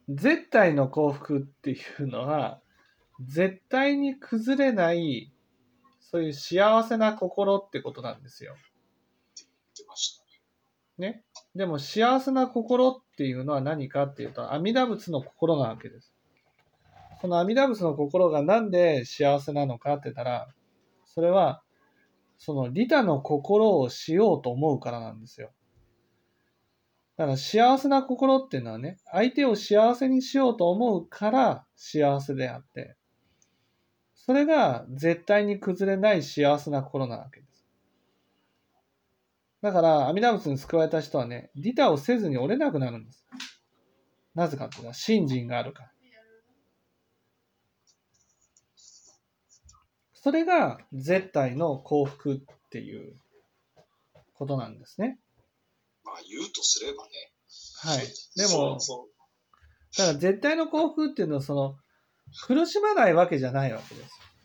絶対の幸福っていうのは、絶対に崩れない、そういう幸せな心ってことなんですよ。 出ましたね。でも幸せな心っていうのは何かっていうと、阿弥陀仏の心なわけです。その阿弥陀仏の心がなんで幸せなのかって言ったら、それは、その利他の心をしようと思うからなんですよ。だから幸せな心っていうのはね、相手を幸せにしようと思うから幸せであって、それが絶対に崩れない幸せな心なわけです。だから阿弥陀仏に救われた人はね、利他をせずに折れなくなるんです。なぜかっていうのは信心があるから。それが絶対の幸福っていうことなんですね。 まあ言うとすればね。 はい。でも、だから絶対の幸福っていうのは苦しまないわけじゃないわけです。